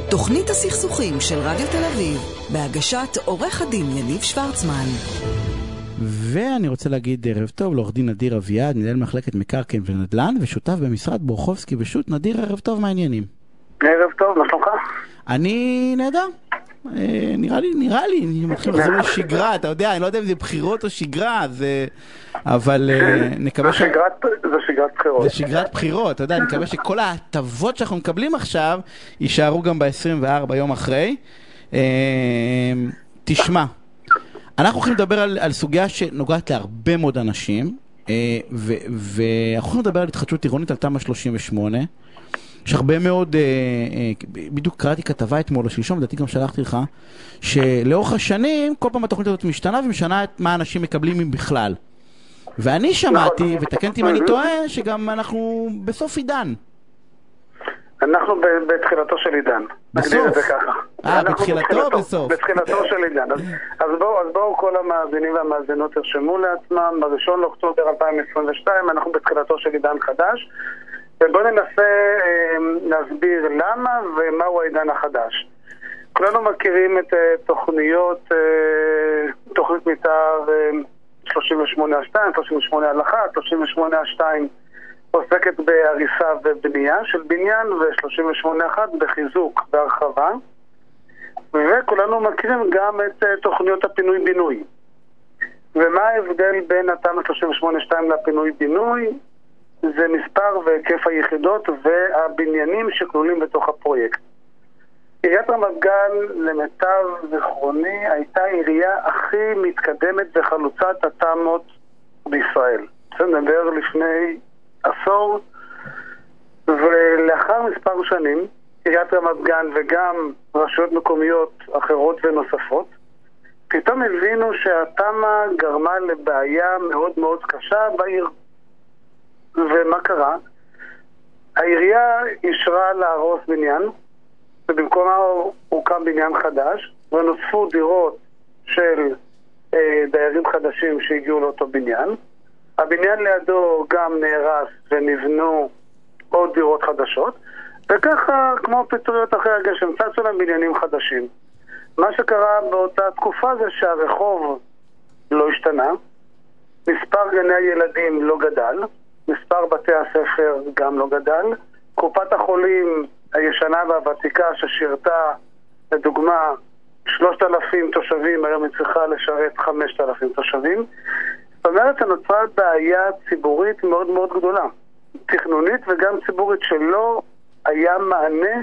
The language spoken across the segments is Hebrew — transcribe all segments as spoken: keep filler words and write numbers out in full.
תוכנית הסכסוכים של רדיו תל אביב, בהגשת עורך הדין יניב שוורצמן. ואני רוצה להגיד ערב טוב לעורך דין נדיר אביעד, מנהל מחלקת מקרקעין ונדל"ן, ושותף במשרד בורחובסקי ושות. נדיר, ערב טוב, מה העניינים? ערב טוב, מה שלומך? אני נהדר. נראה לי, נראה לי, אני מתחיל לחזור לשגרה, אתה יודע, אני לא יודע אם זה בחירות או שגרה, אבל נקווה ש... זה שגרת בחירות. זה שגרת בחירות, אתה יודע, אני מקווה שכל ההטבות שאנחנו מקבלים עכשיו, יישארו גם ב-עשרים וארבע יום אחרי. תשמע, אנחנו הולכים לדבר על, על סוגיה שנוגעת להרבה מאוד אנשים, ואנחנו הולכים לדבר על התחדשות עירונית על תמ"א שלושים ושמונה, יש הרבה מאוד, בדיוק קראתי כתבה אתמול או שלשום, לדעתי גם שלחתי לך, שלאורך השנים כל פעם התוכנית הזאת משתנה ומשנה את מה אנשים מקבלים בכלל. ואני שמעתי, ותקנתי אם אני טועה, שגם אנחנו בסוף עידן. אנחנו בתחילתו של עידן. בסוף? אה, בתחילתו או בסוף? בתחילתו של עידן. אז בואו כל המאזינים והמאזינות תרשמו לעצמם, בראשון לאוקטובר אלפיים עשרים ושתיים אנחנו בתחילתו של עידן חדש. ובואו ננסה אה, להסביר למה ומהו העידן החדש. כולנו מכירים את אה, תוכניות, אה, תוכנית מתאר אה, שלושים ושמונה שתיים, שלושים ושמונה על אחת, שלושים ושמונה שתיים עוסקת בהריסה ובנייה של בניין, ו-שלושים ושמונה אחת בחיזוק והרחבה. וכולנו מכירים גם את אה, תוכניות הפינוי-בינוי. ומה ההבדל בין התמ"א שלושים ושמונה שתיים לפינוי-בינוי? זה מספר והיקף היחידות והבניינים שכלולים בתוך הפרויקט. עיריית רמת גן, למיטב זיכרוני, הייתה העירייה הכי מתקדמת וחלוצת התמ"אות בישראל. זה נדבר לפני עשור, ולאחר מספר שנים, עיריית רמת גן וגם רשויות מקומיות אחרות ונוספות, פתאום הבינו שהתמ"א גרמה לבעיה מאוד מאוד קשה בעיר. ומה קרה? העירייה אישרה להרוס בניין, ובמקומה הוקם בניין חדש, ונוספו דירות של אה, דיירים חדשים שהגיעו לאותו בניין. הבניין לידו גם נהרס ונבנו עוד דירות חדשות, וככה, כמו פטריות אחרי הגשם, צצו להם בניינים חדשים. מה שקרה באותה תקופה זה שהרחוב לא השתנה, מספר גני הילדים לא גדל, מספר בתי הספר גם לא גדל, קופת החולים הישנה והוותיקה ששירתה, לדוגמה, שלושת אלפים תושבים, היום היא צריכה לשרת חמשת אלפים תושבים. זאת אומרת, נוצרה בעיה ציבורית מאוד מאוד גדולה, תכנונית וגם ציבורית, שלא היה מענה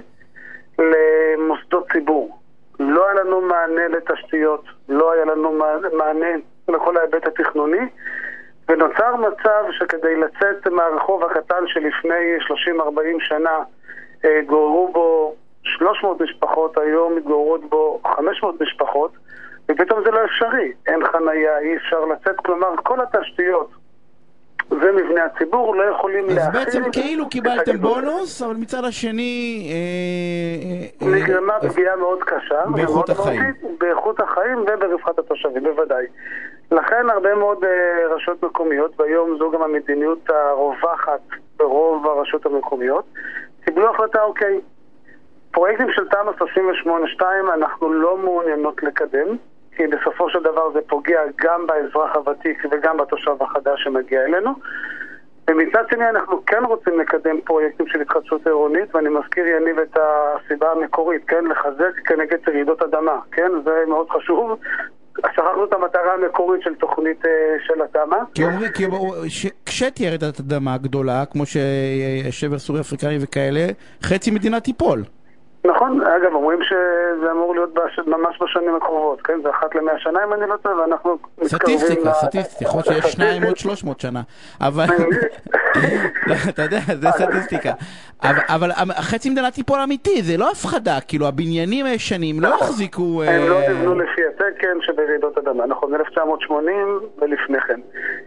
למוסדות ציבור. לא היה לנו מענה לתשתיות, לא היה לנו מענה לכל ההיבט התכנוני, ונוצר מצב שכדי לצאת מהרחוב הקטן שלפני שלושים ארבעים שנה גוררו בו שלוש מאות משפחות, היום מתגוררות בו חמש מאות משפחות, ופתאום זה לא אפשרי. אין חנייה, אי אפשר לצאת, כלומר כל התשתיות ומבני הציבור לא יכולים להכיל. אז בעצם כאילו קיבלתם בונוס, אבל מצד השני נגרמה פגיעה מאוד קשה באיכות החיים. באיכות החיים וברווחת התושבים, בוודאי. לכן הרבה מאוד רשויות מקומיות, והיום זו גם המדיניות הרווחת ברוב הרשויות המקומיות, קיבלו החלטה, אוקיי, פרויקטים של תמ"א שלושים ושמונה שתיים אנחנו לא מעוניינות לקדם, כי בסופו של דבר זה פוגע גם באזרח הוותיק וגם בתושב החדש שמגיע אלינו. ומצד שני אנחנו כן רוצים לקדם פרויקטים של התחדשות עירונית, ואני מזכיר יניב את הסיבה המקורית, כן, לחזק כנגד רעידות אדמה, כן, זה מאוד חשוב. שכחנו את המטרה המקורית של תוכנית של התמ"א. כי אומרים, כשתהיה רעידת אדמה גדולה, כמו ששבר סורי אפריקאי וכאלה, חצי מדינה תיפול. נכון, אגב, אומרים שזה אמור להיות ממש בשנים הקרובות, כן? זה אחת למאה שנה, אם אני לא טועה, ואנחנו סטטיסטיקה, סטטיסטיקה, יכול להיות שיש שניים עוד שלוש מאות שנה, אבל, אתה יודע, זה סטטיסטיקה. אבל חצי מדינה תיפול אמיתי, זה לא הפחדה, כאילו הבניינים הישנים לא החזיקו... הם לא נבנו לפי התקן שברעידות אדמה, נכון, אלף תשע מאות שמונים ולפני כן.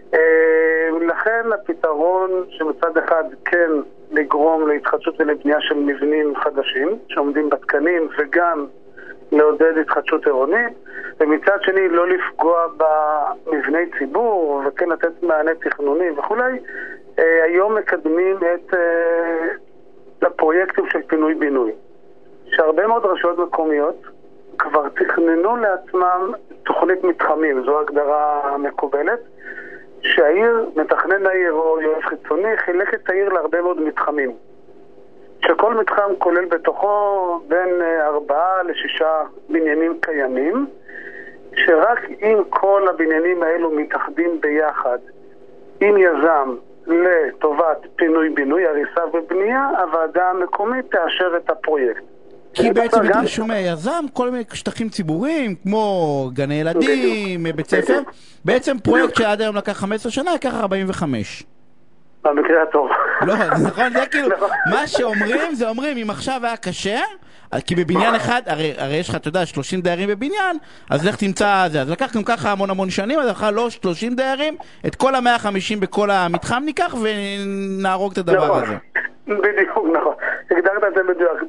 לכן הפתרון שמצד אחד כן לגרום להתחדשות ולבנייה של מבנים חדשים שעומדים בתקנים, וגם לעודד התחדשות עירונית, ומצד שני לא לפגוע במבני ציבור וכן לתת מענה תכנוני וכולי. היום מקדמים את הפרויקטים של פינוי-בינוי, שהרבה מאוד רשויות מקומיות כבר תכננו לעצמם תוכנית מתחמים, זו הגדרה מקובלת, שהעיר, מתכנן העיר או יועץ חיצוני, חילק את העיר להרבה מאוד מתחמים. שכל מתחם כולל בתוכו בין ארבעה לשישה בניינים קיימים, שרק אם כל הבניינים האלו מתאחדים ביחד עם יזם לטובת פינוי-בינוי, הריסה ובנייה, הוועדה המקומית תאשר את הפרויקט. כי בעצם ידרשו מהיזם כל מיני שטחים ציבוריים, כמו גני ילדים, בית ספר. בעצם פרויקט שעד היום לקח חמש עשרה שנה, לקח ארבעים וחמש. במקרה הטוב. לא, נכון, זה כאילו, מה שאומרים, זה אומרים, אם עכשיו היה קשה, כי בבניין אחד, הרי, הרי יש לך, אתה יודע, שלושים דיירים בבניין, אז לך תמצא זה. אז לקח גם ככה המון המון שנים, אז לך לא שלושים דיירים, את כל ה-מאה וחמישים בכל המתחם ניקח, ונהרוג את הדבר הזה. בדיוק, נכון. הגדרת את זה בדיוק.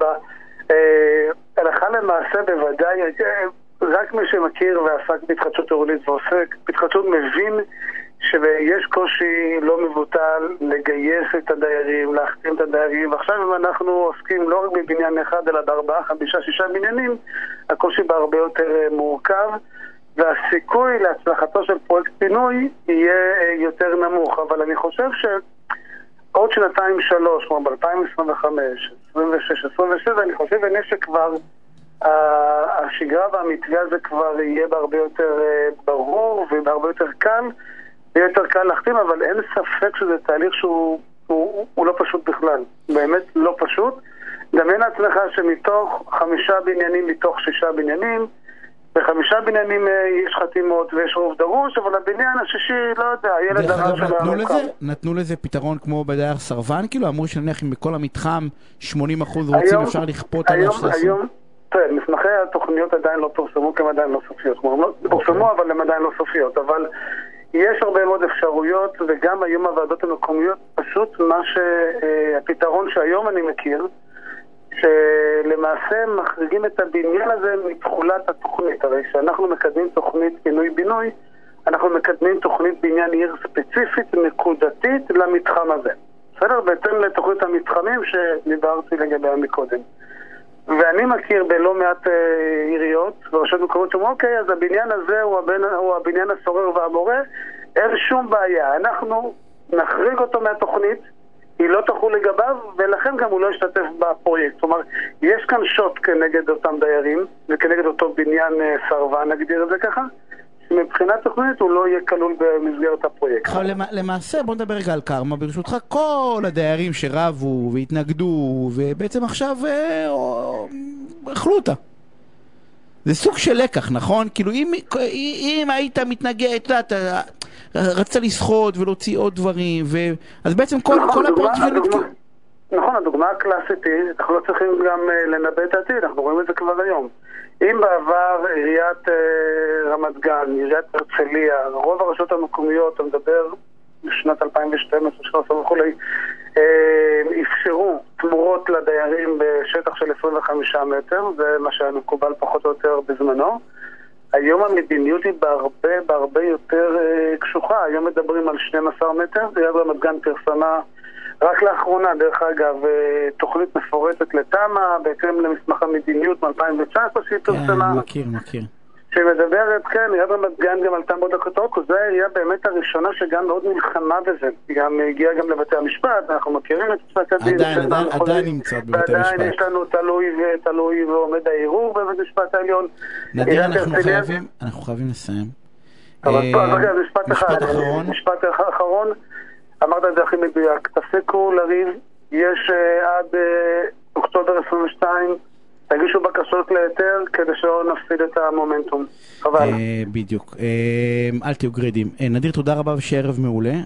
הלכה למעשה בוודאי, רק מי שמכיר ועסק בהתחדשות עירונית ועוסק, בהתחדשות מבין שיש קושי לא מבוטל לגייס את הדיירים, להחתים את הדיירים, ועכשיו אם אנחנו עוסקים לא רק בבניין אחד אלא בארבעה, חמישה, שישה בניינים, הקושי בהרבה יותר מורכב, והסיכוי להצלחתו של פרויקט פינוי יהיה יותר נמוך. אבל אני חושב שעוד שנתיים שלוש, כמו ב-אלפיים עשרים וחמש, עשרים ושש, עשרים ושבע, אני חושב הנה שכבר השגרה והמתווה הזה כבר יהיה בהרבה יותר ברור ובהרבה יותר קל, יהיה יותר קל להחתים, אבל אין ספק שזה תהליך שהוא הוא, הוא לא פשוט בכלל. באמת לא פשוט. דמיין לעצמך שמתוך חמישה בניינים, מתוך שישה בניינים, בחמישה בניינים יש חתימות ויש רוב דרוש, אבל הבניין השישי, לא יודע, הילד דבר של המקום. נתנו לזה פתרון כמו בדייר סרבן, כאילו אמרו שנניח אם בכל המתחם שמונים אחוז רוצים, אפשר לכפות על השתעשו? כן, מסמכי התוכניות עדיין לא פורסמו, כי הם עדיין לא סופיות. פורסמו, אבל הם עדיין לא סופיות. אבל יש הרבה מאוד אפשרויות, וגם היום הוועדות המקומיות, פשוט מה שהפתרון שהיום אני מכיר, שלמעשה מחריגים את הבניין הזה מתחולת התוכנית. הרי כשאנחנו מקדמים תוכנית פינוי-בינוי, אנחנו מקדמים תוכנית בניין עיר ספציפית, נקודתית, למתחם הזה. בסדר? בהתאם לתוכנית המתחמים שדיברתי לגביה מקודם. ואני מכיר בלא מעט אה, עיריות ורשויות מקומיות שאומרים, אוקיי, אז הבניין הזה הוא, הבן, הוא הבניין הסורר והמורה, אין שום בעיה. אנחנו נחריג אותו מהתוכנית, היא לא תחול לגביו, ולכן גם הוא לא ישתתף בפרויקט. זאת אומרת, יש כאן שוט כנגד אותם דיירים, וכנגד אותו בניין אה, סרבן, נגדיר את זה ככה, שמבחינת תוכנית הוא לא יהיה כלול במסגרת הפרויקט. למעשה, בוא נדבר רגע על קרמה. ברשותך, כל הדיירים שרבו והתנגדו, ובעצם עכשיו אכלו אותה. זה סוג של לקח, נכון? כאילו, אם, אם היית מתנגד, אתה רצה לשחות ולהוציא עוד דברים, ו... אז בעצם כל, נכון, כל הפרויקט שלנו... הדוגמה, נכון, הדוגמה הקלאסית היא, אנחנו לא צריכים גם לנבא את העתיד, אנחנו רואים את זה כבר היום. אם בעבר עיריית אה, רמת גן, עיריית הרצליה, רוב הרשויות המקומיות, אני מדבר בשנת אלפיים ושתים עשרה, שלוש עשרה וכולי, אה, אפשרו תמורות לדיירים בשטח של עשרים וחמישה מטר, זה מה שהיה מקובל פחות או יותר בזמנו. היום המדיניות היא בהרבה, בהרבה יותר אה, קשוחה. היום מדברים על שנים עשר מטר, עיריית רמת גן פרסמה רק לאחרונה, דרך אגב, תוכנית מפורטת לתמה, בהתאם למסמך המדיניות מ-אלפיים תשע עשרה שהיא פרסמה. כן, מכיר, מכיר. שמדברת, כן, עיריית רמת גן גם עלתה מאוד הכותרות, זו העירייה באמת הראשונה שגם מאוד מלחמה בזה. היא גם הגיעה גם לבתי המשפט, אנחנו מכירים את פסק הדין. עדיין, עדיין, עדיין נמצאת בבתי המשפט. ועדיין יש לנו תלוי ותלוי ועומד הערעור בבית המשפט העליון. נדיר, אנחנו חייבים, אנחנו חייבים לסיים. אבל משפט אחרון. משפט אחרון. אמרת את זה הכי מדויק, תפסיקו לריב, יש uh, עד uh, אוקטובר עשרים ושתיים, תגישו בקשות להיתר כדי שלא נפסיד את המומנטום. חבל. Uh, בדיוק, uh, אל תהיו גרידים. Uh, נדיר, תודה רבה ושערב מעולה.